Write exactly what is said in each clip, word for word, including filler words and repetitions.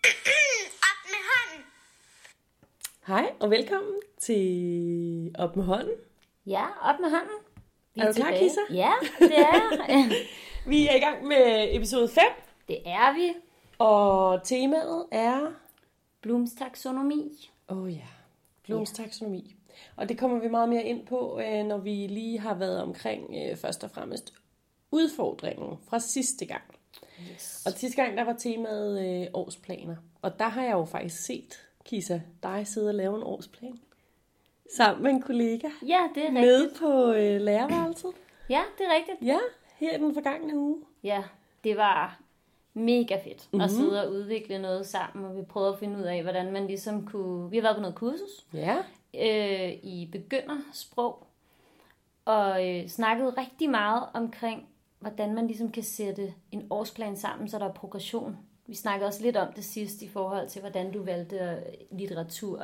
Op med hånden. Hej og velkommen til Op med hånden. Ja, op med hånden. Vi er, er du klar, Kisa? Ja, det er jeg. Vi er i gang med episode fem. Det er vi. Og temaet er... Blums taksonomi. Åh oh, ja, Blums ja. taksonomi. Og det kommer vi meget mere ind på, når vi lige har været omkring først og fremmest udfordringen fra sidste gang. Yes. Og sidste gang, der var temaet øh, årsplaner. Og der har jeg jo faktisk set, Kisa, dig sidde og lave en årsplan. Sammen med en kollega. Ja, det er rigtigt. Med på øh, lærerværelset. Ja, det er rigtigt. Ja, her i den forgangne uge. Ja, det var mega fedt mm-hmm. at sidde og udvikle noget sammen. Og vi prøvede at finde ud af, hvordan man ligesom kunne... Vi har været på noget kursus. Ja. Øh, I begyndersprog. Og øh, snakkede rigtig meget omkring, hvordan man ligesom kan sætte en årsplan sammen, så der er progression. Vi snakkede også lidt om det sidst i forhold til, hvordan du valgte litteratur,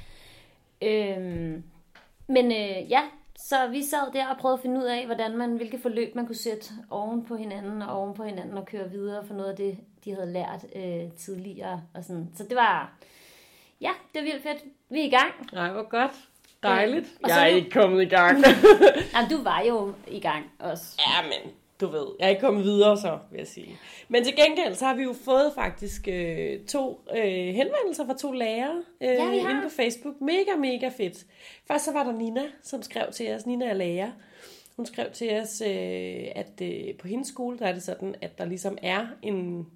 ikke? Øhm, men øh, ja, så vi sad der og prøvede at finde ud af, hvordan man, hvilke forløb man kunne sætte oven på hinanden og oven på hinanden og køre videre for noget af det, de havde lært øh, tidligere. Og sådan. Så det var, ja, det var vildt fedt. Vi er i gang. Nej, hvor godt. Dejligt. Og jeg er du... ikke kommet i gang. Jamen, du var jo i gang også. Ja, men du ved, jeg er ikke kommet videre så, vil jeg sige. Men til gengæld, så har vi jo fået faktisk øh, to øh, henvendelser fra to lærere øh, ja, inde på Facebook. Mega, mega fedt. Først så var der Nina, som skrev til os. Nina er lærer. Hun skrev til os, øh, at øh, på hendes skole, der er det sådan, at der ligesom er en,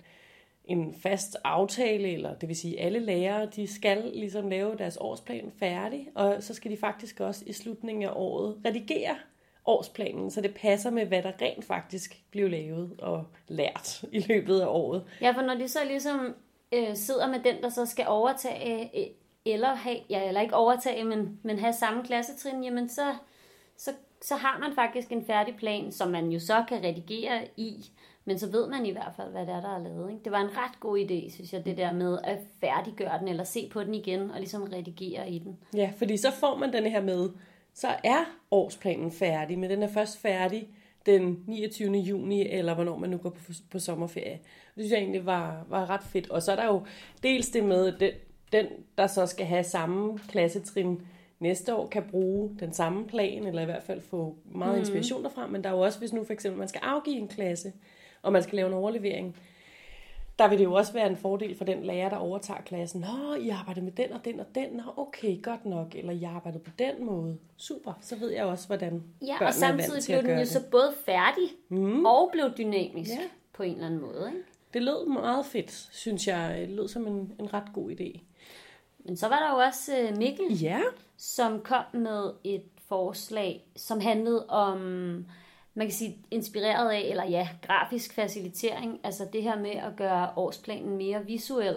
en fast aftale, eller det vil sige, alle lærere, de skal ligesom lave deres årsplan færdig, og så skal de faktisk også i slutningen af året redigere årsplanen, så det passer med, hvad der rent faktisk blev lavet og lært i løbet af året. Ja, for når de så ligesom øh, sidder med den, der så skal overtage, øh, eller have, ja, eller ikke overtage, men, men have samme klassetrin, jamen så, så, så har man faktisk en færdig plan, som man jo så kan redigere i, men så ved man i hvert fald, hvad det er, der er lavet. Ikke? Det var en ret god idé, synes jeg, det der med at færdiggøre den, eller se på den igen, og ligesom redigere i den. Ja, fordi så får man den her med, så er årsplanen færdig, men den er først færdig den niogtyvende juni, eller hvornår man nu går på, på sommerferie. Det synes jeg egentlig var, var ret fedt. Og så er der jo dels det med, at den, den, der så skal have samme klassetrin næste år, kan bruge den samme plan, eller i hvert fald få meget inspiration derfra. Men der er jo også, hvis nu for eksempel man skal afgive en klasse, og man skal lave en overlevering, der vil det jo også være en fordel for den lærer, der overtager klassen. Nå, I arbejder med den og den og den. Nå, okay, godt nok. Eller I arbejder på den måde. Super, så ved jeg også, hvordan ja, børnene og samtidig blev den jo det. så både færdig mm. og blev dynamisk ja. på en eller anden måde. Ikke? Det lød meget fedt, synes jeg. Det lød som en, en ret god idé. Men så var der jo også Mikkel, ja. som kom med et forslag, som handlede om... man kan sige inspireret af, eller ja, grafisk facilitering, altså det her med at gøre årsplanen mere visuel.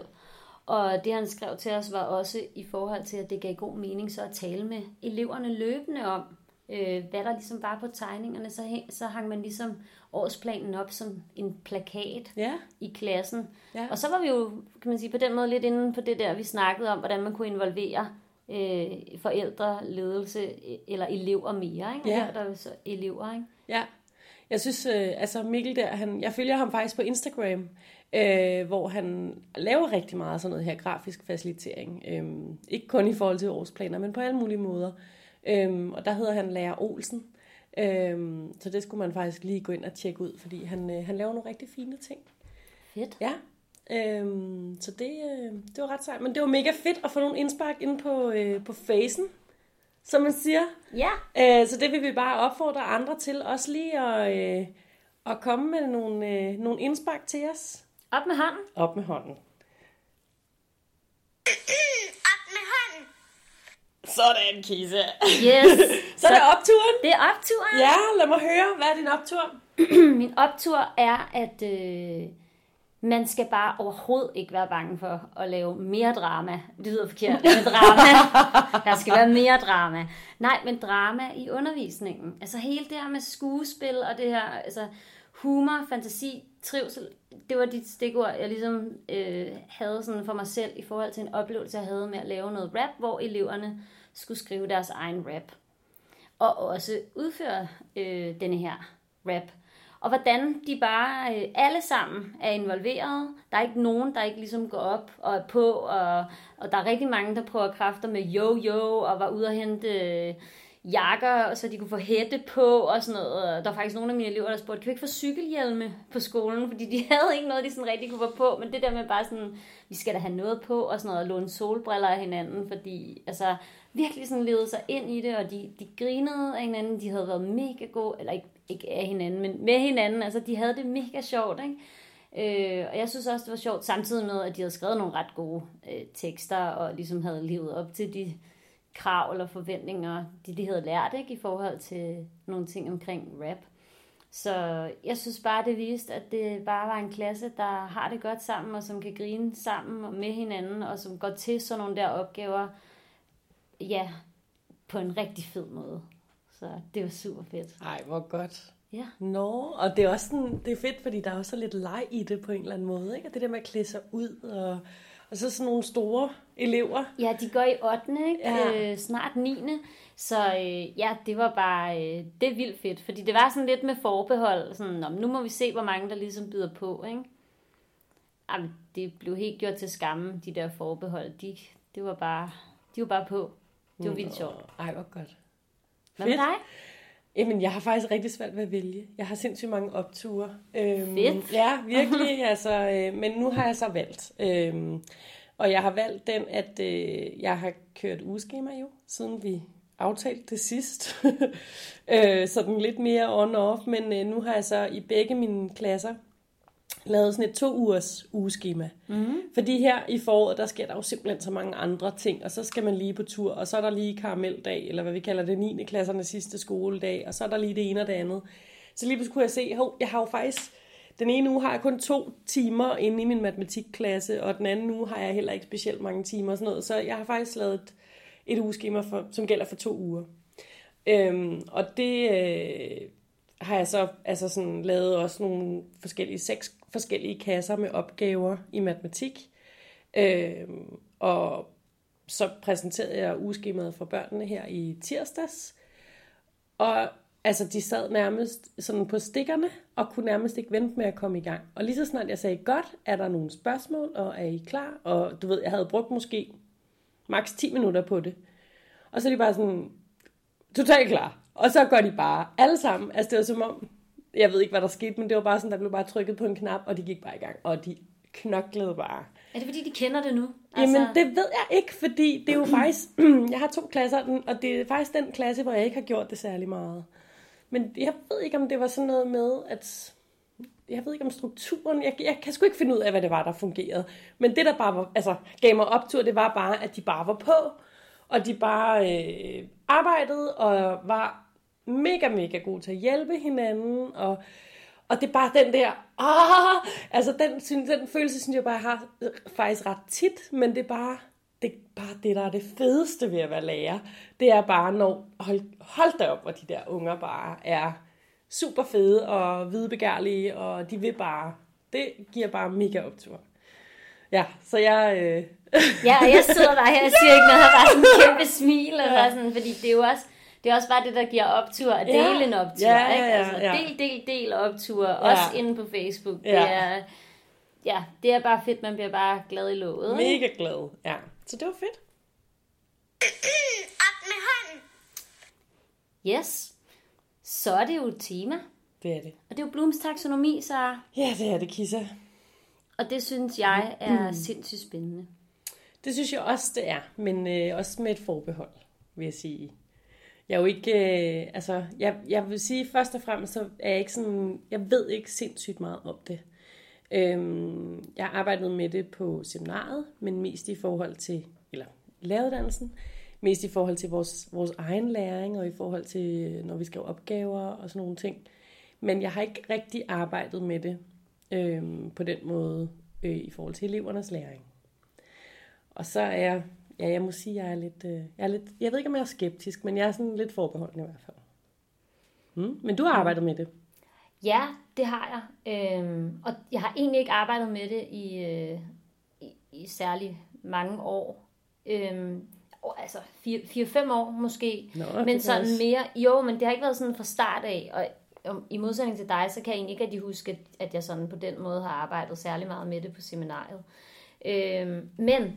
Og det han skrev til os var også i forhold til, at det gav god mening så at tale med eleverne løbende om, øh, hvad der ligesom var på tegningerne. Så, så hang man ligesom årsplanen op som en plakat ja. i klassen. Ja. Og så var vi jo, kan man sige, på den måde lidt inde på det der, vi snakkede om, hvordan man kunne involvere øh, forældre, ledelse eller elever mere. Ikke? Ja. Her der er jo så elever, ikke? Ja, jeg synes, øh, altså Mikkel der, han, jeg følger ham faktisk på Instagram, øh, hvor han laver rigtig meget sådan noget her grafisk facilitering. Øh, ikke kun i forhold til årsplaner, men på alle mulige måder. Øh, og der hedder han Lærer Olsen. Øh, så det skulle man faktisk lige gå ind og tjekke ud, fordi han, øh, han laver nogle rigtig fine ting. Fedt. Ja, øh, så det, øh, det var ret sejt. Men det var mega fedt at få nogle indspark inde på, øh, på Facen, som man siger. Ja. Æ, så det vil vi bare opfordre andre til, også lige at, øh, at komme med nogle, øh, nogle indspark til os. Op med hånden. Op med hånden. Op med hånden. Sådan, Kisa. Yes. Så er det opturen. Det er opturen. Ja, lad mig høre. Hvad er din optur? Min optur er, at øh, man skal bare overhovedet ikke være bange for at lave mere drama. Det lyder forkert. Med drama. Der skal være mere drama. Nej, men drama i undervisningen. Altså hele det her med skuespil og det her, altså humor, fantasi, trivsel. Det var de stikord, jeg ligesom øh, havde sådan for mig selv i forhold til en oplevelse, jeg havde med at lave noget rap, hvor eleverne skulle skrive deres egen rap. Og også udføre øh, denne her rap. Og hvordan de bare øh, alle sammen er involveret. Der er ikke nogen, der ikke ligesom går op og er på, og, og der er rigtig mange, der prøver kræfter med yo-yo, og var ude og hente øh, jakker, så de kunne få hætte på og sådan noget. Og der var faktisk nogle af mine elever, der spurgte, kan vi ikke få cykelhjelme på skolen? Fordi de havde ikke noget, de sådan rigtig kunne få på. Men det der med bare sådan, vi skal da have noget på, og sådan noget, og låne solbriller af hinanden, fordi altså virkelig sådan levede sig ind i det, og de, de grinede af hinanden, de havde været mega gode, eller ikke, ikke af hinanden, men med hinanden, altså de havde det mega sjovt, ikke? Øh, og jeg synes også, det var sjovt, samtidig med, at de havde skrevet nogle ret gode øh, tekster, og ligesom havde levet op til de krav eller forventninger, de, de havde lært, ikke? I forhold til nogle ting omkring rap. Så jeg synes bare, det viste, at det bare var en klasse, der har det godt sammen, og som kan grine sammen og med hinanden, og som går til sådan nogle der opgaver, ja, på en rigtig fed måde. Så det var super fedt. Ej, hvor godt. Ja. Nå, og det er også sådan, det er fedt, fordi der er også lidt leg i det på en eller anden måde, ikke? Og det der med at klæde sig ud, og, og så sådan nogle store elever. Ja, de går i ottende, ikke? Ja. Øh, snart niende Så øh, ja, det var bare, øh, det er vildt fedt, fordi det var sådan lidt med forbehold, sådan, nå, nu må vi se, hvor mange der ligesom byder på, ikke? Jamen, det blev helt gjort til skamme, de der forbehold, de, det var bare, de var bare på. Det var vildt sjovt. Ej, hvor godt. Hvad med dig? Jamen, jeg har faktisk rigtig svært ved at vælge. Jeg har sindssygt mange opture. Øhm, Fedt. Ja, virkelig. altså, øh, men nu har jeg så valgt. Øhm, og jeg har valgt den, at øh, jeg har kørt ugeskema jo, siden vi aftalte det sidst. øh, sådan lidt mere on-off. Men øh, nu har jeg så i begge mine klasser lavet sådan et to ugers ugeskema. Mm-hmm. Fordi her i foråret, der sker der jo simpelthen så mange andre ting, og så skal man lige på tur, og så er der lige karameldag, eller hvad vi kalder det, niende klassernes sidste skoledag, og så er der lige det ene og det andet. Så lige pludselig kunne jeg se, hov, jeg har jo faktisk, den ene uge har jeg kun to timer inde i min matematikklasse, og den anden uge har jeg heller ikke specielt mange timer og sådan noget, så jeg har faktisk lavet et, et ugeskema, for, som gælder for to uger. Øhm, og det øh, har jeg så altså sådan, lavet også nogle forskellige, seks forskellige kasser med opgaver i matematik. Øhm, og så præsenterede jeg ugeskemaet for børnene her i tirsdags. Og altså, de sad nærmest sådan på stikkerne, og kunne nærmest ikke vente med at komme i gang. Og lige så snart jeg sagde, godt, er der nogle spørgsmål, og er I klar? Og du ved, jeg havde brugt måske maks ti minutter på det. Og så er de bare sådan, totalt klar. Og så går de bare alle sammen. Altså, det var som om, jeg ved ikke, hvad der skete, men det var bare sådan, der blev bare trykket på en knap, og de gik bare i gang. Og de knoklede bare. Er det fordi, de kender det nu? Altså... Jamen, det ved jeg ikke, fordi det er jo faktisk... jeg har to klasser, og det er faktisk den klasse, hvor jeg ikke har gjort det særlig meget. Men jeg ved ikke, om det var sådan noget med, at... Jeg ved ikke om strukturen... Jeg, jeg kan sgu ikke finde ud af, hvad det var, der fungerede. Men det, der bare var, altså, gav mig optur, det var bare, at de bare var på. Og de bare øh, arbejdede, og var mega, mega gode til at hjælpe hinanden. Og, og det er bare den der... Ah, altså, den, den følelse, synes jeg bare, jeg har faktisk ret tit. Men det er bare... Det er bare det, der er det fedeste ved at være lærer. Det er bare, når... Hold, hold da op, hvor de der unger bare er super fede og videbegærlige, og de vil bare... Det giver bare mega optur. Ja, så jeg... Øh... ja, og jeg sidder bare her og siger ikke noget, bare sådan en kæmpe smil, og ja. Sådan, fordi det er jo også... Det er også bare det, der giver optur, at dele ja. en optur, ja, ja, ikke? Altså, ja. del, del, del optur, ja. Også inde på Facebook. Ja. Det er... Ja, det er bare fedt, man bliver bare glad i låget. Mega ikke? glad, ja. Så det var fedt. Op med hånden. Yes. Så er det jo et tema. Det er det. Og det er jo Blooms taksonomi, så... Ja, det er det, Kissa. Og det synes jeg er mm. sindssygt spændende. Det synes jeg også, det er. Men øh, også med et forbehold, vil jeg sige. Jeg er jo ikke... Øh, altså, jeg, jeg vil sige, først og fremmest, så er jeg ikke sådan... Jeg ved ikke sindssygt meget om det. Øhm, jeg har arbejdet med det på seminaret, men mest i forhold til... Eller læreruddannelsen. Mest i forhold til vores, vores egen læring, og i forhold til, når vi skriver opgaver og sådan nogle ting. Men jeg har ikke rigtig arbejdet med det øhm, på den måde øh, i forhold til elevernes læring. Og så er jeg, ja, jeg må sige, jeg er lidt, øh, jeg er lidt, jeg ved ikke, om jeg er skeptisk, men jeg er sådan lidt forbeholden i hvert fald. Hmm? Men du har arbejdet med det. Ja, det har jeg. Øhm, og jeg har egentlig ikke arbejdet med det i, øh, i, i særlig mange år. Øhm, altså fire fem år måske. Nå, men sådan også... mere, jo, men det har ikke været sådan fra start af. Og om, i modsætning til dig, så kan jeg egentlig ikke rigtig huske, at jeg sådan på den måde har arbejdet særlig meget med det på seminariet. Øhm, men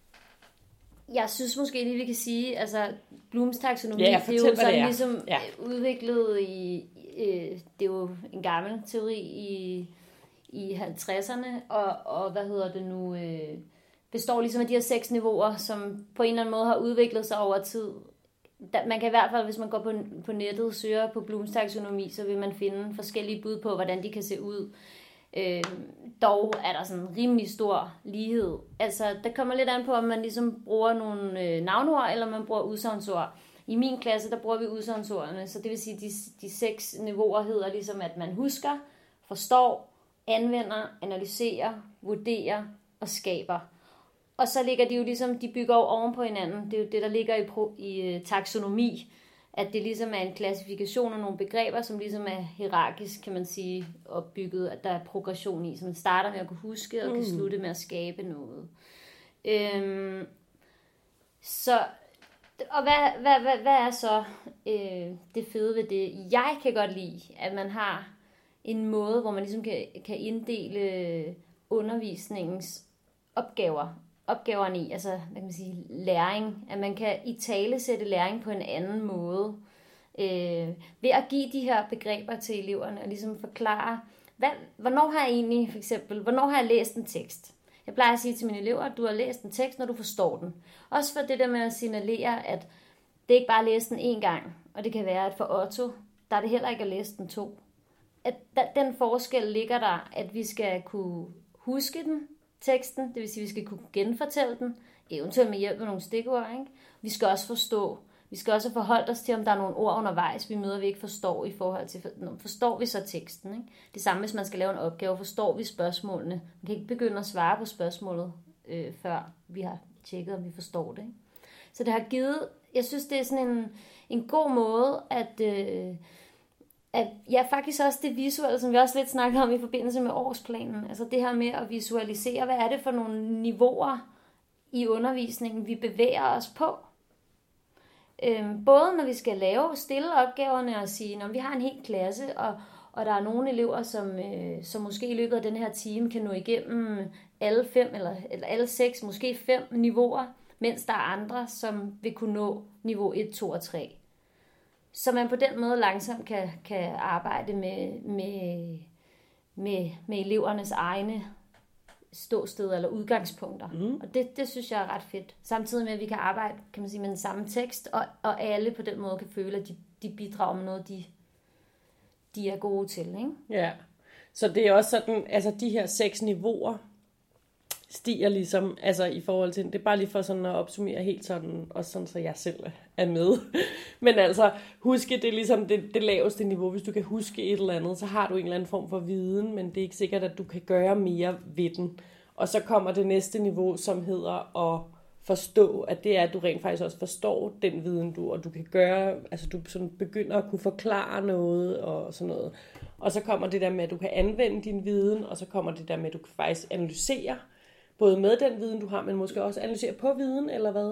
jeg synes måske lige, vi kan sige, altså Blooms taksonomi, ja, det er jo sådan er. ligesom ja. udviklet i, øh, det er jo en gammel teori i, i halvtredserne, og, og hvad hedder det nu, øh, består ligesom af de her seks niveauer, som på en eller anden måde har udviklet sig over tid. Man kan i hvert fald, hvis man går på, på nettet og søger på Blooms taksonomi, så vil man finde forskellige bud på, hvordan de kan se ud. Øh, dog er der sådan en rimelig stor lighed. Altså, der kommer lidt an på, om man ligesom bruger nogle øh, navnord, eller man bruger udsagnsord. I min klasse, der bruger vi udsagnsordene, så det vil sige, at de, de seks niveauer hedder ligesom, at man husker, forstår, anvender, analyserer, vurderer og skaber. Og så ligger de jo ligesom, de bygger jo oven på hinanden. Det er jo det, der ligger i, pro, i uh, taksonomi, at det ligesom er en klassifikation af nogle begreber, som ligesom er hierarkisk, kan man sige, opbygget, at der er progression i, så man starter med at kunne huske, og mm. kan slutte med at skabe noget. Øhm, så, og hvad, hvad, hvad, hvad er så øh, det fede ved det? Jeg kan godt lide, at man har en måde, hvor man ligesom kan, kan inddele undervisningens opgaver, opgaverne i, altså hvad kan man sige, læring, at man kan i tale sætte læring på en anden måde, øh, ved at give de her begreber til eleverne, og ligesom forklare, hvad, hvornår har jeg egentlig, for eksempel, hvornår har jeg læst en tekst? Jeg plejer at sige til mine elever, at du har læst en tekst, når du forstår den. Også for det der med at signalere, at det ikke bare er læst den én gang, og det kan være, at for Otto, der er det heller ikke at læse den to. At den forskel ligger der, at vi skal kunne huske den, teksten, det vil sige, at vi skal kunne genfortælle den, eventuelt med hjælp af nogle stikord, ikke? Vi skal også forstå, vi skal også forholde os til, om der er nogle ord undervejs, vi møder, vi ikke forstår i forhold til, forstår vi så teksten, ikke? Det samme, hvis man skal lave en opgave, forstår vi spørgsmålene. Man kan ikke begynde at svare på spørgsmålet, øh, før vi har tjekket, om vi forstår det, ikke? Så det har givet, jeg synes, det er sådan en, en god måde, at øh, at ja, faktisk også det visuelle, som vi også lidt snakkede om i forbindelse med årsplanen. Altså det her med at visualisere, hvad er det for nogle niveauer i undervisningen, vi bevæger os på. Øhm, både når vi skal lave stille opgaverne og sige, når vi har en hel klasse, og, og der er nogle elever, som, øh, som måske i løbet af den her time kan nå igennem alle fem, eller, eller alle seks, måske fem niveauer, mens der er andre, som vil kunne nå niveau et, to og tre. Så man på den måde langsomt kan, kan arbejde med, med, med, med elevernes egne ståsteder eller udgangspunkter. Mm. Og det, det synes jeg er ret fedt. Samtidig med, at vi kan arbejde, kan man sige, med den samme tekst, og, og alle på den måde kan føle, at de, de bidrager med noget, de, de er gode til. Ikke? Ja, så det er også sådan, altså de her seks niveauer stiger ligesom, altså i forhold til, det er bare lige for sådan at opsummere helt sådan, også sådan, så jeg selv er med. Men altså, huske, det er ligesom det, det laveste niveau. Hvis du kan huske et eller andet, så har du en eller anden form for viden, men det er ikke sikkert, at du kan gøre mere ved den. Og så kommer det næste niveau, som hedder at forstå, at det er, at du rent faktisk også forstår den viden, du, og du kan gøre, altså du sådan begynder at kunne forklare noget og sådan noget. Og så kommer det der med, at du kan anvende din viden, og så kommer det der med, at du kan faktisk analysere, både med den viden, du har, men måske også analysere på viden, eller hvad?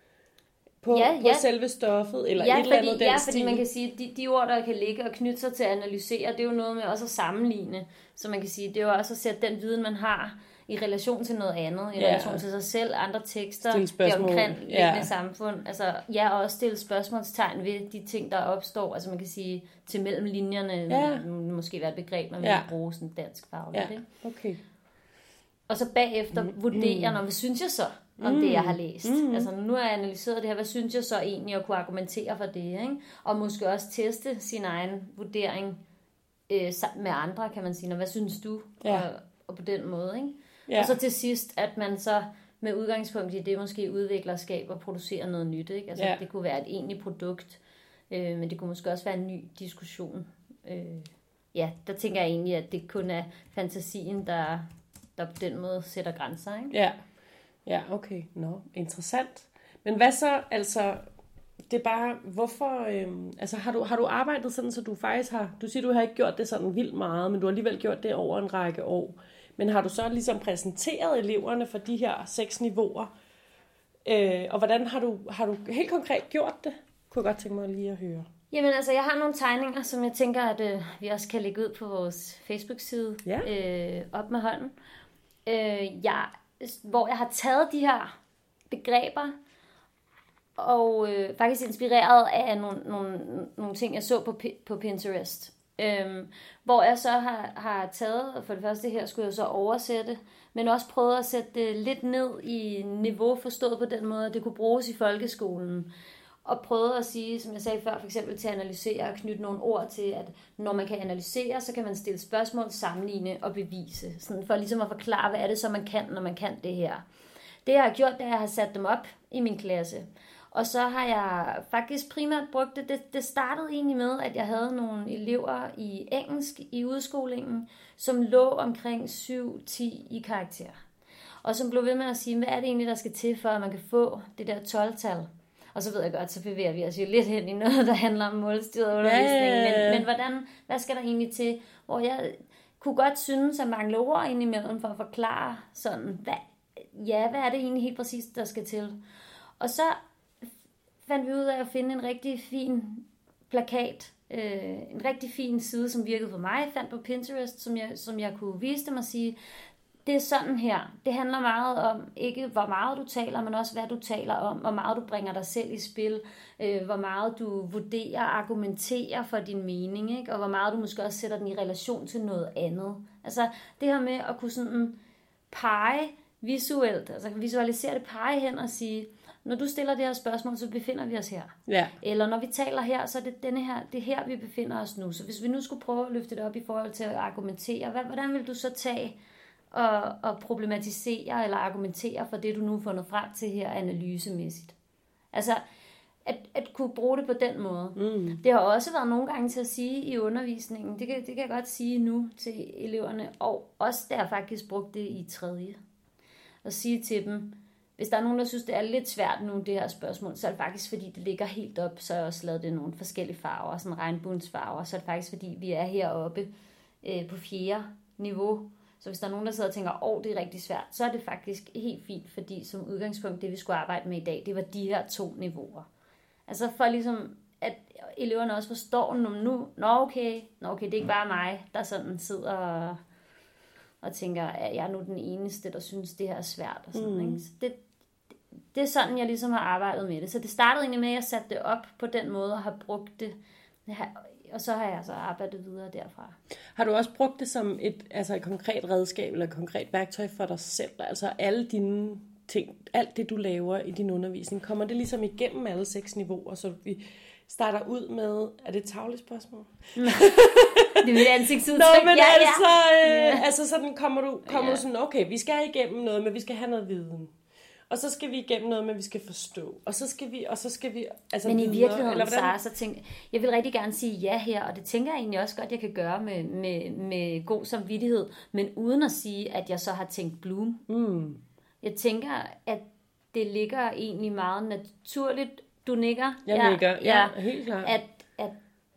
På, ja, på ja. selve stoffet, eller ja, et eller fordi, andet den ja, stil. fordi man kan sige, at de, de ord, der kan ligge og knytte sig til at analysere, det er jo noget med også at sammenligne. Så man kan sige, det er jo også at sætte den viden, man har, i relation til noget andet, i ja. relation til sig selv, andre tekster, det omkring ja. samfund. Altså, ja, og også stille spørgsmålstegn ved de ting, der opstår. Altså man kan sige, til mellem linjerne, ja. måske være et begreb, man ja. vil bruge sådan dansk fagligt. Ja. Okay. Og så bagefter mm. vurdere, når, hvad synes jeg så om mm. det, jeg har læst? Mm. Altså nu har jeg analyseret det her, hvad synes jeg så egentlig, at kunne argumentere for det, ikke? Og måske også teste sin egen vurdering øh, med andre, kan man sige, når hvad synes du? Ja. Og, og på den måde, ikke? Ja. Og så til sidst, at man så med udgangspunkt i det måske udvikler, skaber og producerer noget nyt, ikke? Altså ja. det kunne være et egentligt produkt, øh, men det kunne måske også være en ny diskussion. Øh, ja, der tænker jeg egentlig, at det kun er fantasien, der der på den måde sætter grænser, ikke? Ja, ja, okay. Nå, no, interessant. Men hvad så, altså, det er bare, hvorfor, øhm, altså har du, har du arbejdet sådan, så du faktisk har, du siger, du har ikke gjort det sådan vildt meget, men du har alligevel gjort det over en række år. Men har du så ligesom præsenteret eleverne for de her seks niveauer? Øh, og hvordan har du, har du helt konkret gjort det? Kunne jeg godt tænke mig lige at høre. Jamen altså, jeg har nogle tegninger, som jeg tænker, at øh, vi også kan lægge ud på vores Facebook-side, ja. øh, op med hånden. Øh, jeg, hvor jeg har taget de her begreber, og øh, faktisk inspireret af nogle, nogle, nogle ting, jeg så på, på Pinterest. Øh, hvor jeg så har, har taget, for det første her skulle jeg så oversætte, men også prøvet at sætte det lidt ned i niveau, forstået på den måde, at det kunne bruges i folkeskolen. Og prøvet at sige, som jeg sagde før, for eksempel til at analysere og knytte nogle ord til, at når man kan analysere, så kan man stille spørgsmål, sammenligne og bevise. Sådan for ligesom at forklare, hvad er det så, man kan, når man kan det her. Det jeg har gjort, det er, at jeg har sat dem op i min klasse. Og så har jeg faktisk primært brugt det. Det, det startede egentlig med, at jeg havde nogle elever i engelsk i udskolingen, som lå omkring syv ti i karakter. Og som blev ved med at sige, hvad er det egentlig, der skal til, for at man kan få det der tolv-tal. Og så ved jeg godt, så bevæger vi os jo lidt hen i noget, der handler om målstyret undervisning. Men, men hvordan, hvad skal der egentlig til? Hvor jeg kunne godt synes at mangle ord indimellem for at forklare sådan, hvad, ja, hvad er det egentlig helt præcis, der skal til? Og så fandt vi ud af at finde en rigtig fin plakat, øh, en rigtig fin side, som virkede for mig. Jeg fandt på Pinterest, som jeg, som jeg kunne vise dem og sige, det er sådan her. Det handler meget om, ikke hvor meget du taler, men også hvad du taler om, hvor meget du bringer dig selv i spil, øh, hvor meget du vurderer og argumenterer for din mening, ikke? Og hvor meget du måske også sætter den i relation til noget andet. Altså det her med at kunne sådan pege visuelt, altså visualisere det, pege hen og sige, når du stiller det her spørgsmål, så befinder vi os her. Ja. Eller når vi taler her, så er det denne her, det er her, vi befinder os nu. Så hvis vi nu skulle prøve at løfte det op i forhold til at argumentere, hvad, hvordan vil du så tage og, og problematisere eller argumentere for det, du nu har fundet frem til her analysemæssigt? Altså, at, at kunne bruge det på den måde. Mm. Det har også været nogle gange til at sige i undervisningen, det kan, det kan jeg godt sige nu til eleverne, og også der har faktisk brugt det i tredje. At sige til dem, hvis der er nogen, der synes, det er lidt svært nu, det her spørgsmål, så er det faktisk, fordi det ligger helt op, så har jeg også lavet det nogle forskellige farver, sådan regnbuensfarver, så er det faktisk, fordi vi er heroppe øh, på fjerde niveau. Så hvis der er nogen, der sidder og tænker, åh, det er rigtig svært, så er det faktisk helt fint, fordi som udgangspunkt, det vi skulle arbejde med i dag, det var de her to niveauer. Altså for ligesom, at eleverne også forstår nu, nå okay, nå okay, det er ikke bare mig, der sådan sidder og, og tænker, at jeg er nu den eneste, der synes, det her er svært. Og sådan, mm. ikke? Så det, det er sådan, jeg ligesom har arbejdet med det. Så det startede egentlig med, at jeg satte det op på den måde, og har brugt det, og så har jeg så arbejdet videre derfra. Har du også brugt det som et, altså et konkret redskab, eller et konkret værktøj for dig selv? Altså alle dine ting, alt det, du laver i din undervisning, kommer det ligesom igennem alle seks niveauer, så vi starter ud med, er det et tavligt spørgsmål? Det er mit ansigtsudtryk. Nå, men ja, altså, ja. Øh, altså sådan kommer du, kommer ja. du sådan, okay, vi skal igennem noget, men vi skal have noget viden. Og så skal vi igennem noget, men vi skal forstå. Og så skal vi, og så skal vi, altså men i videre, virkeligheden, eller Sara, så tænker jeg, vil rigtig gerne sige ja her, og det tænker jeg egentlig også godt, jeg kan gøre med, med, med god samvittighed, men uden at sige, at jeg så har tænkt Bloom. Mm. Jeg tænker, at det ligger egentlig meget naturligt. Du nikker? Jeg ja, nikker, ja, ja, helt klart. At, at,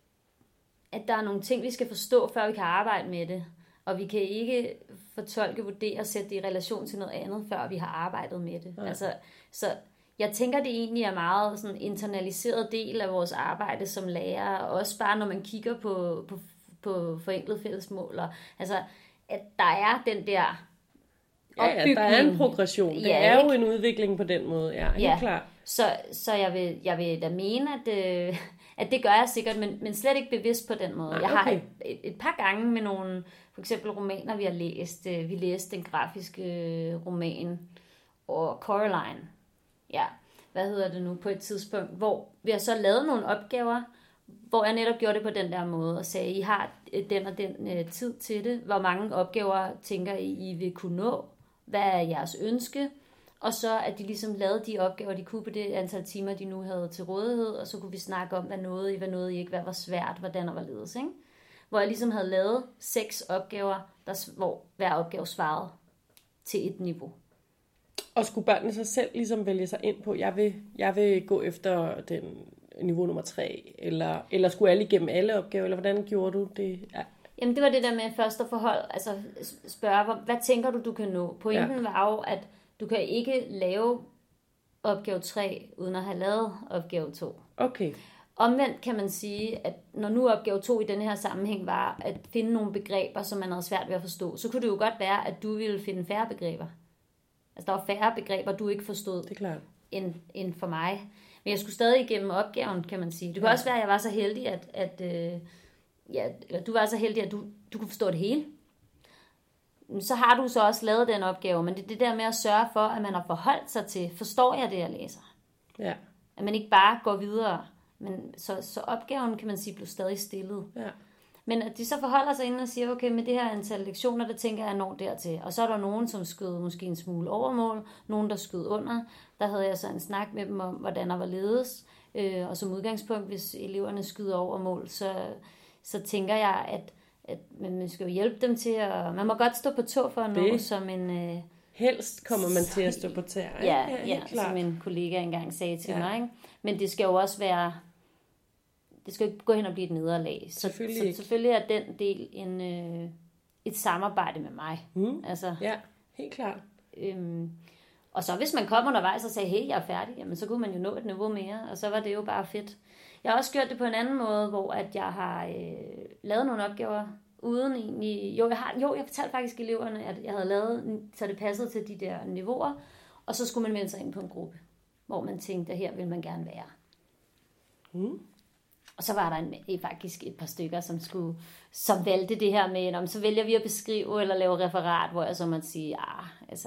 at der er nogle ting, vi skal forstå, før vi kan arbejde med det. Og vi kan ikke fortolke, vurdere og sætte det i relation til noget andet, før vi har arbejdet med det. Ja. Altså, så jeg tænker, det egentlig er meget sådan en internaliseret del af vores arbejde som lærer. Også bare når man kigger på, på, på forenklet fællesmål. Og, altså, at der er den der opbygning. Ja, ja, der er en progression. Det ja, er ikke? jo en udvikling på den måde. Ja, helt ja. klart. Så, så jeg, vil, jeg vil da mene, at, øh, at det gør jeg sikkert, men, men slet ikke bevidst på den måde. Nej, jeg har okay. et, et, et par gange med nogle, for eksempel romaner, vi har læst. Øh, vi læste den grafiske øh, roman, og Coraline. Ja, hvad hedder det nu på et tidspunkt, hvor vi har så lavet nogle opgaver, hvor jeg netop gjorde det på den der måde, og sagde, I har den og den øh, tid til det. Hvor mange opgaver tænker I, I vil kunne nå? Hvad er jeres ønske? Og så at de ligesom lavede de opgaver, de kunne på det antal timer, de nu havde til rådighed, og så kunne vi snakke om, hvad nåede I, hvad nåede I ikke, hvad var svært, hvordan og hvorledes, ikke? Hvor jeg ligesom havde lavet seks opgaver, der, hvor hver opgave svarede til et niveau. Og skulle børnene så selv ligesom vælge sig ind på, jeg vil, jeg vil gå efter den niveau nummer tre, eller, eller skulle alle igennem alle opgaver, eller hvordan gjorde du det? Ja. Jamen det var det der med først at forholde, altså spørge, hvad tænker du, du kan nå? Pointen ja. var jo, at du kan ikke lave opgave tre, uden at have lavet opgave to. Okay. Omvendt kan man sige, at når nu opgave to i den her sammenhæng var at finde nogle begreber, som man havde svært ved at forstå, så kunne det jo godt være, at du ville finde færre begreber. Altså der var færre begreber, du ikke forstod, det er klart. End, end for mig. Men jeg skulle stadig igennem opgaven, kan man sige. Det kunne ja. også være, at jeg var så heldig, at, at øh, ja, eller du var så heldig, at du, du kunne forstå det hele. Så har du så også lavet den opgave, men det er det der med at sørge for, at man har forholdt sig til, forstår jeg det, jeg læser? Ja. At man ikke bare går videre. Men så, så opgaven, kan man sige, blev stadig stillet. Ja. Men at de så forholder sig ind og siger, okay, med det her antal lektioner, der tænker jeg, når dertil. Og så er der nogen, som skød måske en smule overmål, nogen, der skød under. Der havde jeg så en snak med dem om, hvordan der var ledes. Øh, og som udgangspunkt, hvis eleverne skyder overmål, så, så tænker jeg, at, at man skal jo hjælpe dem til at... Man må godt stå på tå for at nå det. Som en... Øh, Helst kommer man til at stå på tæer. Ja, ja, ja som en kollega engang sagde til ja. mig. Ikke? Men det skal jo også være... Det skal jo ikke gå hen og blive et nederlag. Så selvfølgelig, så, selvfølgelig er den del en, øh, et samarbejde med mig. Mm. Altså, ja, helt klart. Øhm, og så hvis man kommer undervejs og sagde, hey, jeg er færdig, jamen, så kunne man jo nå et niveau mere, og så var det jo bare fedt. Jeg har også gjort det på en anden måde, hvor at jeg har øh, lavet nogle opgaver uden egentlig... Jo, jeg, har, jo, jeg fortalte faktisk eleverne, at jeg havde lavet, så det passede til de der niveauer, og så skulle man melde sig ind på en gruppe, hvor man tænkte, at her vil man gerne være. Mm. Og så var der en, faktisk et par stykker, som skulle, som valgte det her med, om så vælger vi at beskrive eller lave referat, hvor jeg så måtte sige, ja, altså,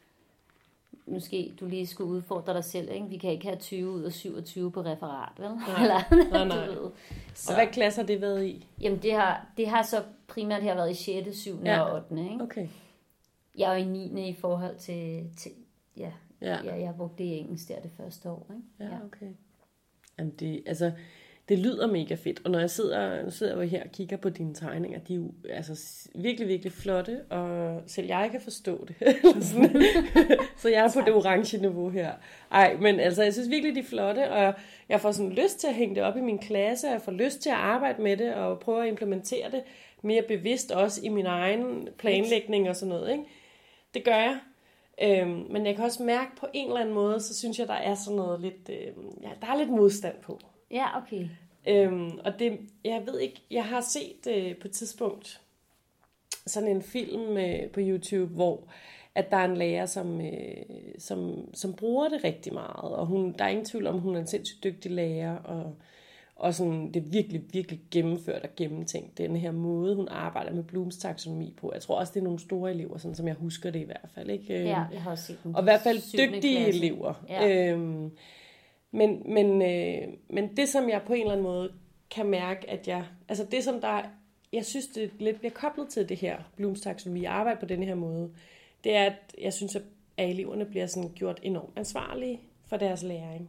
måske du lige skulle udfordre dig selv, ikke? Vi kan ikke have tyve ud af syvogtyve på referat, vel? Nej, eller, nej, nej. Og hvad klasse har det været i? Jamen, det har, det har så primært her været i sjette, syvende ja. og ottende, ikke? Okay. Jeg er jo i niende i forhold til, til ja, ja. ja, jeg har brugt det i engelsk der det første år, ikke? Ja, okay. Jamen, det, altså... Det lyder mega fedt, og når jeg sidder, nu sidder jeg her og kigger på dine tegninger, de er jo altså virkelig, virkelig flotte, og selv jeg kan forstå det. Så jeg er på det orange niveau her. Ej, men altså, jeg synes virkelig, de er flotte, og jeg får sådan lyst til at hænge det op i min klasse, og jeg får lyst til at arbejde med det, og prøve at implementere det mere bevidst også i min egen planlægning og sådan noget, ikke? Det gør jeg. Øhm, men jeg kan også mærke på en eller anden måde, så synes jeg, der er sådan noget lidt, øhm, ja, der er lidt modstand på. Ja, okay. Øhm, og det, jeg ved ikke, jeg har set øh, på et tidspunkt sådan en film øh, på YouTube, hvor at der er en lærer, som, øh, som, som bruger det rigtig meget, og hun, der er ingen tvivl om, hun er en sindssygt dygtig lærer, og, og sådan, det er virkelig, virkelig gennemført og gennemtænkt, den her måde, hun arbejder med Blooms taksonomi på. Jeg tror også, det er nogle store elever, sådan som jeg husker det i hvert fald. Ikke? Ja, jeg har også set dem. Og i hvert fald dygtige klasse. elever. Ja. Øhm, Men, men, øh, men det, som jeg på en eller anden måde kan mærke, at jeg... Altså det, som der... Jeg synes, det lidt bliver koblet til det her Blooms taksonomi, arbejde på den her måde, det er, at jeg synes, at eleverne bliver sådan gjort enormt ansvarlige for deres læring.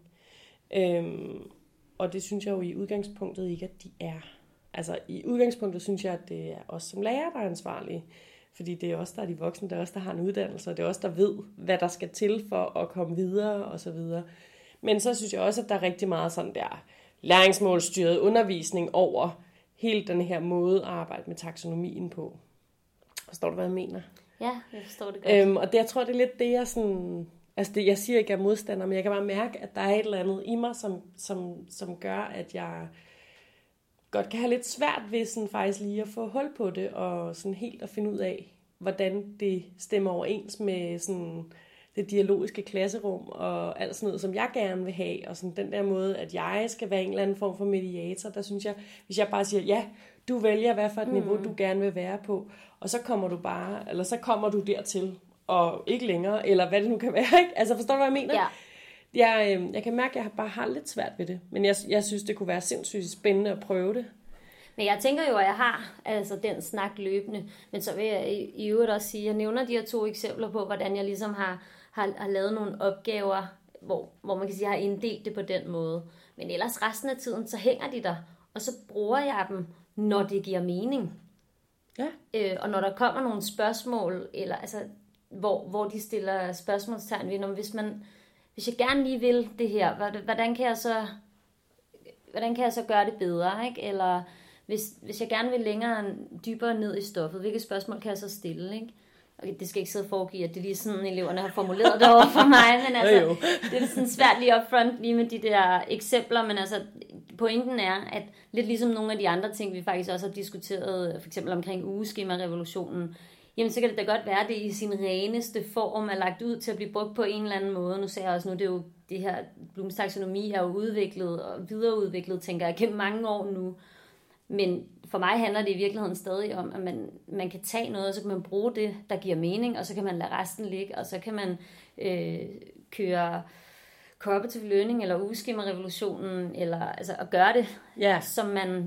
Øhm, og det synes jeg jo i udgangspunktet ikke, at de er. Altså i udgangspunktet synes jeg, at det er os som lærer, der er ansvarlige. Fordi det er os, der er de voksne, det er os, der har en uddannelse, og det er os, der ved, hvad der skal til for at komme videre og så videre. Men så synes jeg også, at der er rigtig meget sådan der læringsmålstyret undervisning over hele den her måde at arbejde med taksonomien på. Forstår du, hvad jeg mener? Ja, jeg forstår det godt. Øhm, og det, jeg tror, det er lidt det, jeg sådan... Altså, det, jeg siger ikke, at jeg er modstander, men jeg kan bare mærke, at der er et eller andet i mig, som, som, som gør, at jeg godt kan have lidt svært ved sådan faktisk lige at få hul på det, og sådan helt at finde ud af, hvordan det stemmer overens med sådan... det dialogiske klasserum og alt sådan noget, som jeg gerne vil have, og sådan den der måde, at jeg skal være en eller anden form for mediator, der synes jeg, hvis jeg bare siger, ja, du vælger, hvad for et mm. niveau, du gerne vil være på, og så kommer du bare, eller så kommer du dertil, og ikke længere, eller hvad det nu kan være, ikke? Altså, forstår du, hvad jeg mener? Ja. Jeg, øh, jeg kan mærke, at jeg bare har lidt svært ved det, men jeg, jeg synes, det kunne være sindssygt spændende at prøve det. Men jeg tænker jo, at jeg har altså den snak løbende, men så vil jeg i, i øvrigt også sige, jeg nævner de her to eksempler på, hvordan jeg ligesom har Har, har lavet nogle opgaver, hvor, hvor man kan sige, at jeg har inddelt det på den måde. Men ellers resten af tiden, så hænger de der, og så bruger jeg dem, når det giver mening. Ja. Øh, og når der kommer nogle spørgsmål, eller altså, hvor, hvor de stiller spørgsmålstegn ved, når, hvis, man, hvis jeg gerne lige vil det her, hvordan kan jeg så, hvordan kan jeg så gøre det bedre? Ikke? Eller hvis, hvis jeg gerne vil længere dybere ned i stoffet, hvilke spørgsmål kan jeg så stille? Ikke? Okay, det skal ikke sidde og foregive, at det er lige sådan, eleverne har formuleret det over for mig, men altså, jo, jo. det er sådan svært lige upfront, lige med de der eksempler, men altså, pointen er, at lidt ligesom nogle af de andre ting, vi faktisk også har diskuteret, for eksempel omkring ugeskema-revolutionen, jamen så kan det da godt være, at det i sin reneste form er lagt ud til at blive brugt på en eller anden måde. Nu ser jeg også nu, det er jo det her, Blums taksonomi er jo udviklet og videreudviklet, tænker jeg, gennem mange år nu. Men for mig handler det i virkeligheden stadig om, at man, man kan tage noget, og så kan man bruge det, der giver mening, og så kan man lade resten ligge, og så kan man øh, køre cooperative learning eller ugeskema-revolutionen, eller altså at gøre det, ja. som man...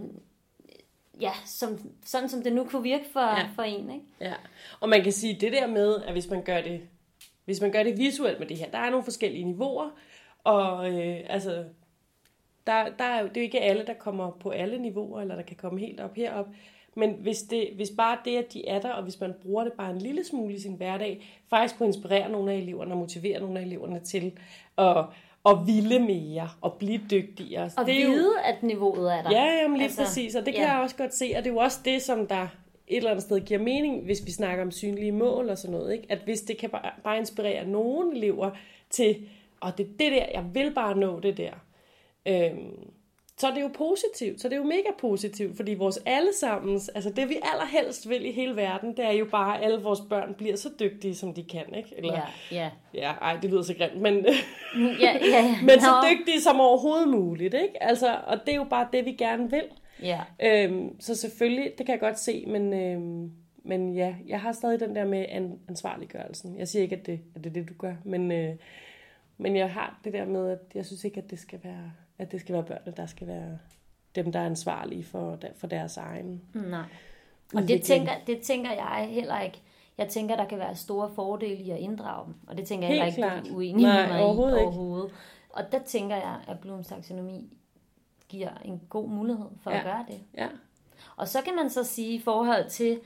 Ja, som, sådan som det nu kunne virke for, ja. for en, ikke? Ja, og man kan sige det der med, at hvis man gør det, hvis man gør det visuelt med det her, der er nogle forskellige niveauer, og øh, altså, der, der er jo, det er jo ikke alle, der kommer på alle niveauer, eller der kan komme helt op herop, men hvis, det, hvis bare det, at de er der, og hvis man bruger det bare en lille smule i sin hverdag, faktisk kunne inspirere nogle af eleverne, og motivere nogle af eleverne til at og ville mere, og blive dygtigere. Og det er vide, jo, at niveauet er der. Ja, jamen lige altså, præcis, og det kan ja. jeg også godt se, og det er jo også det, som der et eller andet sted giver mening, hvis vi snakker om synlige mål og sådan noget, ikke? At hvis det kan bare, bare inspirere nogle elever til, og det er det der, jeg vil bare nå det der, øhm, så er det jo positivt, så det er jo mega positivt, fordi vores allesammens, altså det vi allerhelst vil i hele verden, det er jo bare, at alle vores børn bliver så dygtige, som de kan, ikke? Eller, ja, ja. Ja, ej, det lyder så grimt, men, ja, ja, ja. men så no. dygtige som overhovedet muligt, ikke? Altså, og det er jo bare det, vi gerne vil. Ja. Øhm, så selvfølgelig, det kan jeg godt se, men, øhm, men ja, jeg har stadig den der med an, ansvarliggørelsen. Jeg siger ikke, at det, at det er det, du gør, men, øh, men jeg har det der med, at jeg synes ikke, at det skal være, at det skal være børnene, der skal være dem, der er ansvarlige for, for deres egen. Nej. Og det tænker, det tænker jeg heller ikke. Jeg tænker, der kan være store fordele i at inddrage dem, og det tænker jeg Helt heller ikke, klart. du er uenig med Nej, mig overhovedet i ikke. overhovedet. Og der tænker jeg, at Blums taksonomi giver en god mulighed for ja. at gøre det. Ja. Og så kan man så sige i forhold til,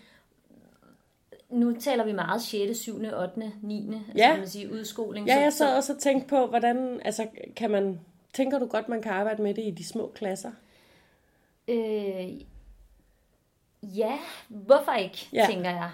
nu taler vi meget sjette, syvende, ottende, niende Altså ja. kan man sige udskoling. Ja, jeg så, sad også og tænkte på, hvordan, altså kan man, tænker du godt, man kan arbejde med det i de små klasser? Øh, ja, hvorfor ikke, ja. tænker jeg.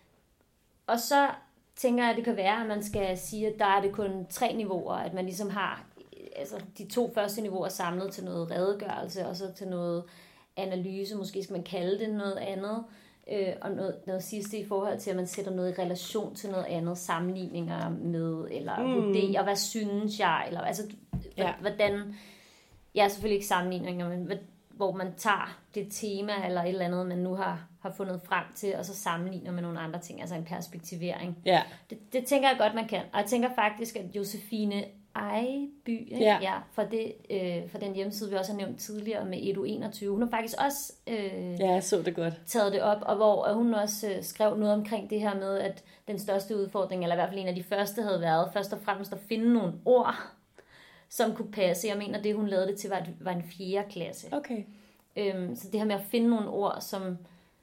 Og så tænker jeg, at det kan være, at man skal sige, at der er det kun tre niveauer, at man ligesom har altså, de to første niveauer samlet til noget redegørelse, og så til noget analyse, måske skal man kalde det noget andet, øh, og noget, noget sidste i forhold til, at man sætter noget i relation til noget andet, sammenligninger med, eller mm. vurderer, hvad synes jeg, eller altså, ja. hvordan, ja, selvfølgelig ikke sammenligninger, men hvor man tager det tema, eller et eller andet, man nu har, har fundet frem til, og så sammenligner med nogle andre ting, altså en perspektivering. Ja. Det, det tænker jeg godt, man kan. Og jeg tænker faktisk, at Josefine Ejby, ikke? Ja. Ja, for, det, øh, for den hjemmeside, vi også har nævnt tidligere med Edu enogtyve, hun har faktisk også øh, ja, så det godt. taget det op, og hvor hun også øh, skrev noget omkring det her med, at den største udfordring, eller i hvert fald en af de første, havde været først og fremmest at finde nogle ord, som kunne passe. Jeg mener, det hun lavede det til, var, var en fjerde klasse. Okay. Øhm, så det her med at finde nogle ord, som,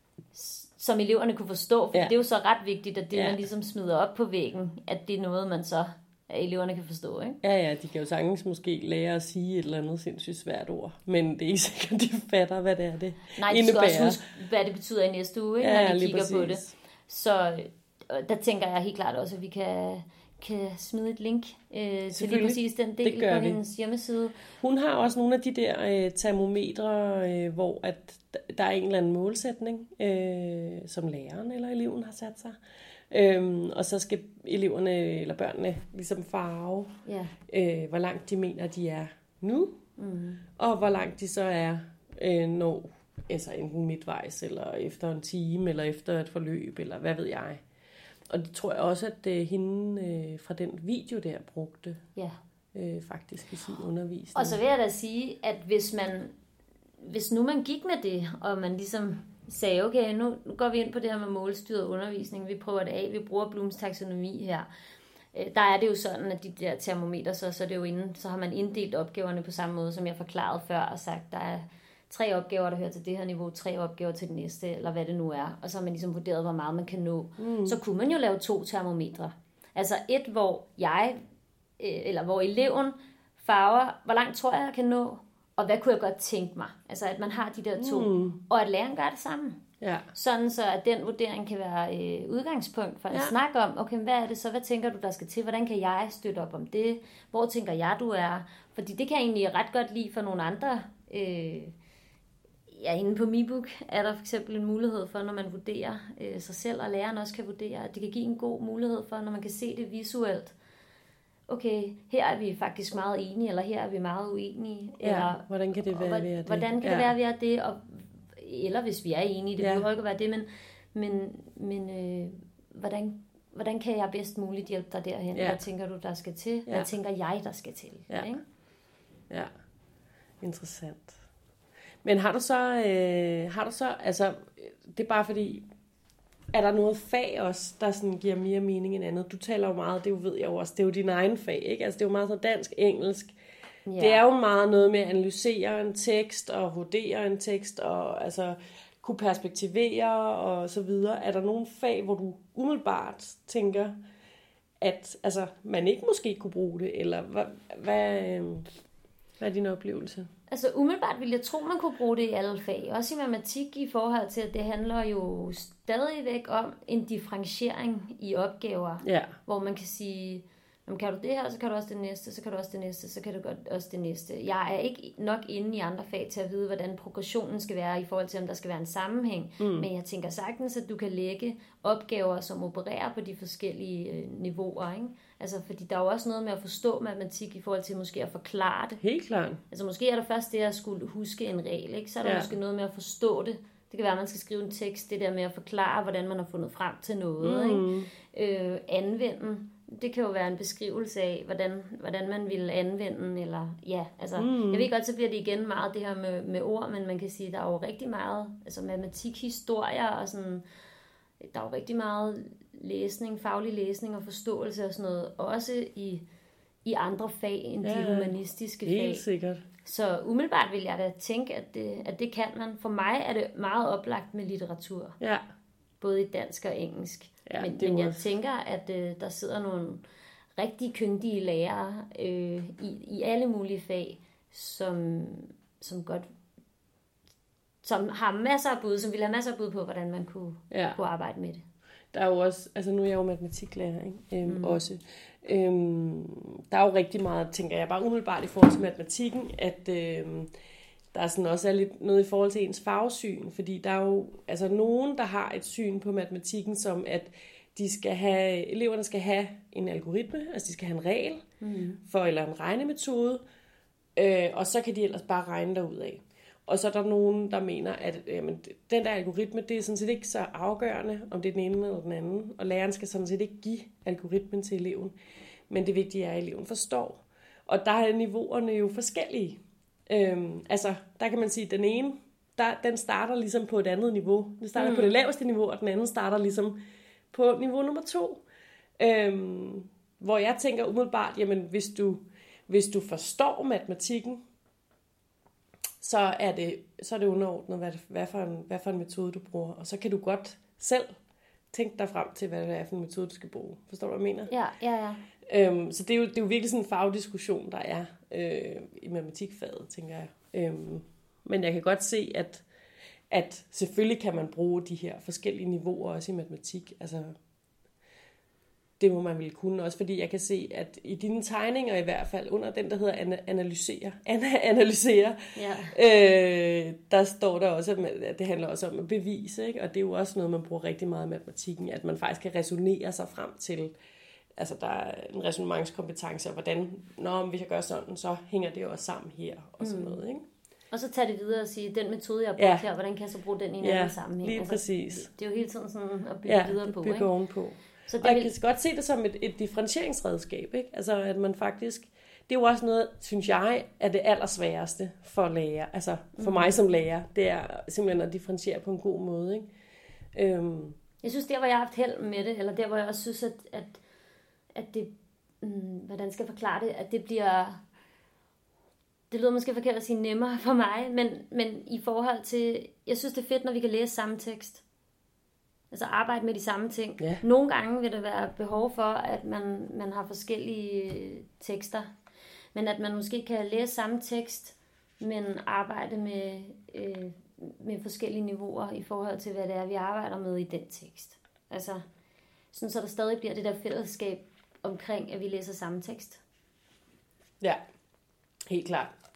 som eleverne kunne forstå, for ja. det er jo så ret vigtigt, at det, ja. man ligesom smider op på væggen, at det er noget, man så, at eleverne kan forstå, ikke? Ja, ja, de kan jo sagtens måske lære at sige et eller andet sindssygt svært ord, men det er ikke sikkert, de fatter, hvad det er, det Nej, de skal også huske, hvad det betyder i næste uge, ikke, ja, når vi kigger præcis. på det. Så der tænker jeg helt klart også, at vi kan... kan smide et link øh, til lige præcis den del på vi. hendes hjemmeside. Hun har også nogle af de der øh, termometre, øh, hvor at der er en eller anden målsætning, øh, som læreren eller eleven har sat sig. Øhm, og så skal eleverne eller børnene ligesom farve, ja. øh, hvor langt de mener, de er nu, mm. og hvor langt de så er, øh, når, altså enten midtvejs, eller efter en time, eller efter et forløb, eller hvad ved jeg. Og det tror jeg også, at det hende øh, fra den video der brugte, ja. øh, faktisk i sin undervisning. Og så vil jeg da sige, at hvis man, hvis nu man gik med det, og man ligesom sagde, okay, nu, nu går vi ind på det her med målstyret undervisning, vi prøver det af, vi bruger Blums taksonomi her. Øh, der er det jo sådan, at de der termometer, så, så, er det jo inden, så har man inddelt opgaverne på samme måde, som jeg forklarede før, og sagt, der er tre opgaver, der hører til det her niveau, tre opgaver til det næste, eller hvad det nu er. Og så har man ligesom vurderet, hvor meget man kan nå. Mm. Så kunne man jo lave to termometre. Altså et, hvor jeg, eller hvor eleven farver, hvor langt tror jeg, jeg kan nå, og hvad kunne jeg godt tænke mig. Altså at man har de der to, mm. og at læreren gør det sammen. Ja. Sådan så, at den vurdering kan være øh, udgangspunkt for at ja. snakke om, okay, hvad er det så, hvad tænker du, der skal til? Hvordan kan jeg støtte op om det? Hvor tænker jeg, du er? Fordi det kan jeg egentlig ret godt lide for nogle andre Øh, ja, inde på MiBook er der for eksempel en mulighed for, når man vurderer øh, sig selv, og læreren også kan vurdere, at det kan give en god mulighed for, når man kan se det visuelt. Okay, her er vi faktisk meget enige, eller her er vi meget uenige. Ja, eller, hvordan kan det være, vi er det? Hvordan kan ja. det være, vi er det? Og, eller hvis vi er enige, det ja. behøver ikke at være det, men, men, men øh, hvordan, hvordan kan jeg bedst muligt hjælpe dig derhen? Ja. Hvad tænker du, der skal til? Hvad ja. tænker jeg, der skal til? Ja. Ikke? Ja, interessant. Men har du så, øh, har du så, altså, det er bare fordi, er der noget fag også, der sådan giver mere mening end andet? Du taler jo meget, det ved jeg jo også, det er jo din egen fag, ikke? Altså det er jo meget sådan dansk, engelsk. Ja. Det er jo meget noget med at analysere en tekst og vurdere en tekst og altså kunne perspektivere og så videre. Er der nogle fag, hvor du umiddelbart tænker, at altså, man ikke måske kunne bruge det, eller hvad, hvad, hvad er din oplevelse? Altså umiddelbart ville jeg tro, man kunne bruge det i alle fag. Også i matematik i forhold til, at det handler jo stadigvæk om en differentiering i opgaver. Ja. Hvor man kan sige, kan du det her, så kan du også det næste, så kan du også det næste, så kan du godt også det næste. Jeg er ikke nok inde i andre fag til at vide, hvordan progressionen skal være i forhold til, om der skal være en sammenhæng. Mm. Men jeg tænker sagtens, at du kan lægge opgaver, som opererer på de forskellige øh, niveauer, ikke? Altså, fordi der er jo også noget med at forstå matematik i forhold til måske at forklare det. Helt klart. Altså, måske er der først det at skulle huske en regel, ikke? Så er der ja. måske noget med at forstå det. Det kan være, at man skal skrive en tekst, det der med at forklare, hvordan man har fundet frem til noget, mm. ikke? Øh, anvenden. Det kan jo være en beskrivelse af, hvordan, hvordan man vil anvende den, eller ja, altså, mm. jeg ved godt, så bliver det igen meget det her med, med ord, men man kan sige, der er jo rigtig meget, altså matematik, historier og sådan, der er jo rigtig meget læsning, faglig læsning og forståelse og sådan noget, også i, i andre fag end ja, de humanistiske helt fag. Helt sikkert. Så umiddelbart vil jeg da tænke, at det, at det kan man. For mig er det meget oplagt med litteratur. Ja. Både i dansk og engelsk. Ja, men, men jeg tænker, at øh, der sidder nogle rigtig kyndige lærere øh, i, i alle mulige fag, som, som godt som har masser af bud, som vil have masser af bud på, hvordan man kunne, ja. kunne arbejde med det. Der er jo også, altså nu er jeg jo matematiklærer, ikke? Øhm, mm. også. Øhm, der er jo rigtig meget, tænker jeg bare umiddelbart i forhold til matematikken, at øhm, der er sådan også er lidt noget i forhold til ens fagsyn, fordi der er jo altså nogen, der har et syn på matematikken, som at de skal have, eleverne skal have en algoritme, altså de skal have en regel mm. for, eller en regnemetode, øh, og så kan de ellers bare regne derudad. Og så er der nogen, der mener, at jamen, den der algoritme, det er sådan set ikke så afgørende, om det er den ene eller den anden, og læreren skal sådan set ikke give algoritmen til eleven, men det vigtige er, at eleven forstår. Og der er niveauerne jo forskellige. Øhm, altså, der kan man sige, at den ene, der, den starter ligesom på et andet niveau. Den starter mm. på det laveste niveau, og den anden starter ligesom på niveau nummer to. Øhm, hvor jeg tænker umiddelbart, jamen hvis du, hvis du forstår matematikken, så er det, så er det underordnet, hvad, hvad, for en, hvad for en metode du bruger. Og så kan du godt selv tænke dig frem til, hvad det er for en metode, du skal bruge. Forstår du, hvad jeg mener? Ja, ja, ja. Øhm, så det er, jo, det er jo virkelig sådan en fagdiskussion, der er øh, i matematikfaget, tænker jeg. Øhm, men jeg kan godt se, at, at selvfølgelig kan man bruge de her forskellige niveauer også i matematik. Altså, det må man vel kunne også, fordi jeg kan se, at i dine tegninger i hvert fald, under den, der hedder analysere, analysere ja. øh, der står der også, at det handler også om at bevise, ikke? Og det er jo også noget, man bruger rigtig meget i matematikken, at man faktisk kan resonere sig frem til, altså der er en resonementskompetence, og hvordan, når hvis jeg gør sådan, så hænger det jo også sammen her, og sådan noget, ikke? Og så tage det videre og sige, den metode, jeg har brugt ja. her, hvordan kan jeg så bruge den i en ja, anden sammenhæng? Lige altså, præcis. Det er jo hele tiden sådan at bygge ja, videre på, bygge ikke? ovenpå. Så det og jeg vil... kan godt se det som et, et differentieringsredskab, ikke? Altså at man faktisk, det er jo også noget, synes jeg, er det allersværeste for lærer, altså for mm. mig som lærer, det er simpelthen at differentiere på en god måde, ikke? Øhm. Jeg synes, der hvor jeg har haft held med det, eller der hvor jeg også synes, at, at, at det, mm, hvordan skal jeg forklare det, at det bliver, det lyder måske forkert at sige nemmere for mig, men, men i forhold til, jeg synes det er fedt, når vi kan læse samme tekst. Altså arbejde med de samme ting. Ja. Nogle gange vil der være behov for, at man, man har forskellige tekster. Men at man måske kan læse samme tekst, men arbejde med, øh, med forskellige niveauer i forhold til, hvad det er, vi arbejder med i den tekst. Altså, sådan så der stadig bliver det der fællesskab omkring, at vi læser samme tekst. Ja, helt klart.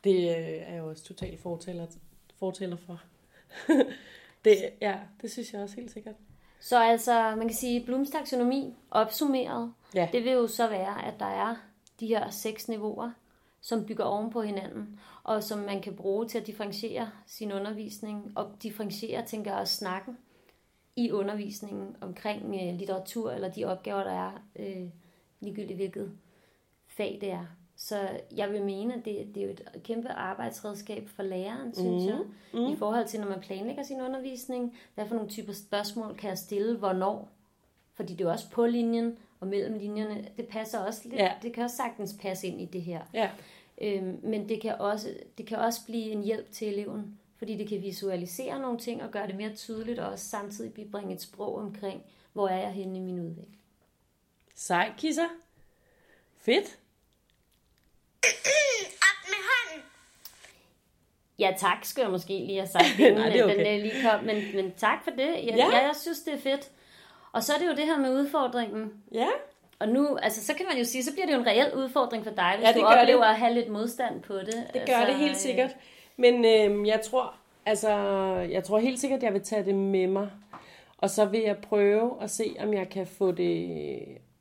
Det øh, er jeg også totalt fortaler, fortaler for. det, ja, det synes jeg også helt sikkert. Så altså, man kan sige, Blooms taksonomi opsummeret, Ja. det vil jo så være, at der er de her seks niveauer, som bygger oven på hinanden, og som man kan bruge til at differentiere sin undervisning, og differentiere, tænker jeg, også snakken i undervisningen omkring øh, litteratur, eller de opgaver, der er, øh, ligegyldigt hvilket fag det er. Så jeg vil mene, at det, det er jo et kæmpe arbejdsredskab for læreren, synes Mm. jeg, Mm. i forhold til, når man planlægger sin undervisning. Hvad for nogle typer spørgsmål kan jeg stille, hvornår? Fordi det er jo også på linjen og mellem linjerne. Det passer også lidt. Ja. Det kan også sagtens passe ind i det her. Ja. Øhm, men det kan, også, det kan også blive en hjælp til eleven, fordi det kan visualisere nogle ting og gøre det mere tydeligt, og også samtidig bibringe et sprog omkring, hvor er jeg henne i min udvikling. Sej, Kisser. Fedt. Op med hånden. Ja, tak, skal jeg måske lige have sagt, inden Nej, det er okay. den øh, lige kom. Men, men tak for det. Jeg, Ja. ja. jeg, jeg synes, det er fedt. Og så er det jo det her med udfordringen. Ja. Og nu, altså, så kan man jo sige, så bliver det jo en reel udfordring for dig, hvis Ja, ja, det du gør oplever det. at have lidt modstand på det. Det gør altså, det helt sikkert. Men øh, jeg tror, altså, jeg tror helt sikkert, jeg vil tage det med mig. Og så vil jeg prøve at se, om jeg kan få det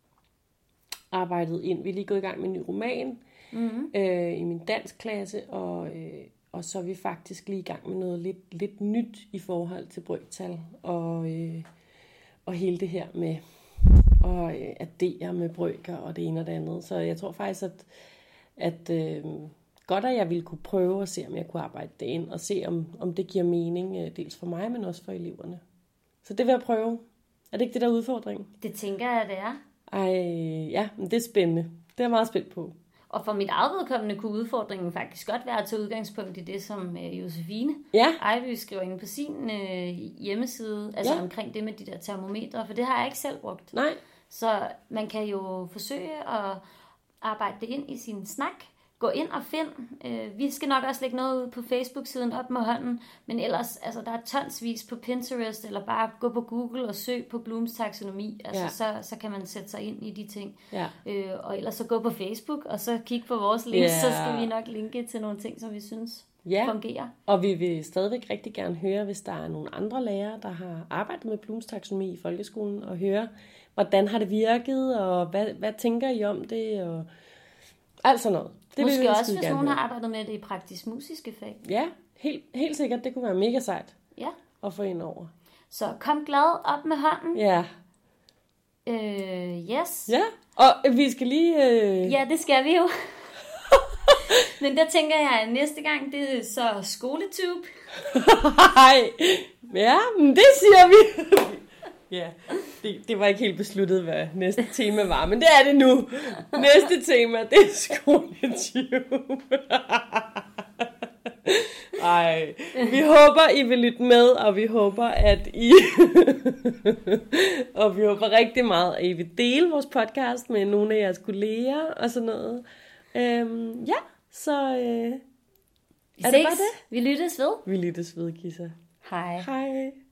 arbejdet ind. Vi er lige gået i gang med en ny roman Mm-hmm. øh, i min danskklasse, og, øh, og så er vi faktisk lige i gang med noget lidt, lidt nyt i forhold til brøktal, og, øh, og hele det her med at øh, addere med brøker og det ene og det andet. Så jeg tror faktisk, at, at øh, godt, at jeg ville kunne prøve at se, om jeg kunne arbejde det ind, og se, om, om det giver mening, øh, dels for mig, men også for eleverne. Så det vil jeg prøve. Er det ikke det, der er udfordringen? Det tænker jeg, det er. Ej, ja, men det er spændende. Det er jeg meget spændt på. Og for mit eget vedkommende kunne udfordringen faktisk godt være at tage udgangspunkt i det, som øh, Josefine Ja. Ejby skriver inde på sin øh, hjemmeside, altså Ja. omkring det med de der termometre, for det har jeg ikke selv brugt. Nej. Så man kan jo forsøge at arbejde det ind i sin snak. Gå ind og find. Øh, vi skal nok også lægge noget ud på Facebook-siden op med hånden, men ellers, altså der er tonsvis på Pinterest, eller bare gå på Google og søg på Blooms taksonomi. Altså Ja. så, så kan man sætte sig ind i de ting. Ja. Øh, og ellers så gå på Facebook, og så kig på vores links, Ja. så skal vi nok linke til nogle ting, som vi synes Ja. fungerer. Og vi vil stadigvæk rigtig gerne høre, hvis der er nogle andre lærere, der har arbejdet med Blooms taksonomi i folkeskolen, og høre, hvordan har det virket, og hvad, hvad tænker I om det, og alt sådan noget. Det vil Måske vi også, skide hvis gerne nogen høre. har arbejdet med det i praktisk musiske fag. Ja, helt, helt sikkert. Det kunne være mega sejt Ja. at få ind over. Så kom glad op med hånden. Ja. Øh, yes. Ja, og vi skal lige... Øh... Ja, det skal vi jo. Men der tænker jeg, at næste gang, det er så skoletube. Hej. Ja, men det siger vi. Ja, det, det var ikke helt besluttet, hvad næste tema var, men det er det nu. Næste tema, det er skoletube. Ej, vi håber, I vil lytte med, og vi håber, at I... og vi håber rigtig meget, at I vil dele vores podcast med nogle af jeres kolleger og sådan noget. Øhm, ja, så øh, Vi er det bare ses. det? Vi lyttes ved. Vi lyttes ved, Kisser. Hej. Hej.